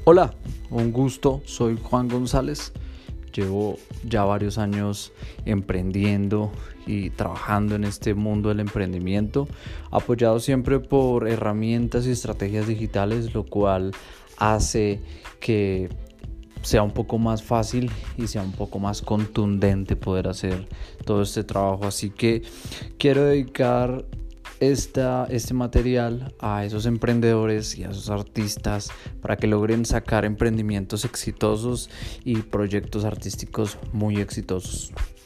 Hola, un gusto, soy Juan González. Llevo ya varios años emprendiendo y trabajando en este mundo del emprendimiento, apoyado siempre por herramientas y estrategias digitales, lo cual hace que sea un poco más fácil y sea un poco más contundente poder hacer todo este trabajo. Así que quiero dedicar este material a esos emprendedores y a esos artistas para que logren sacar emprendimientos exitosos y proyectos artísticos muy exitosos.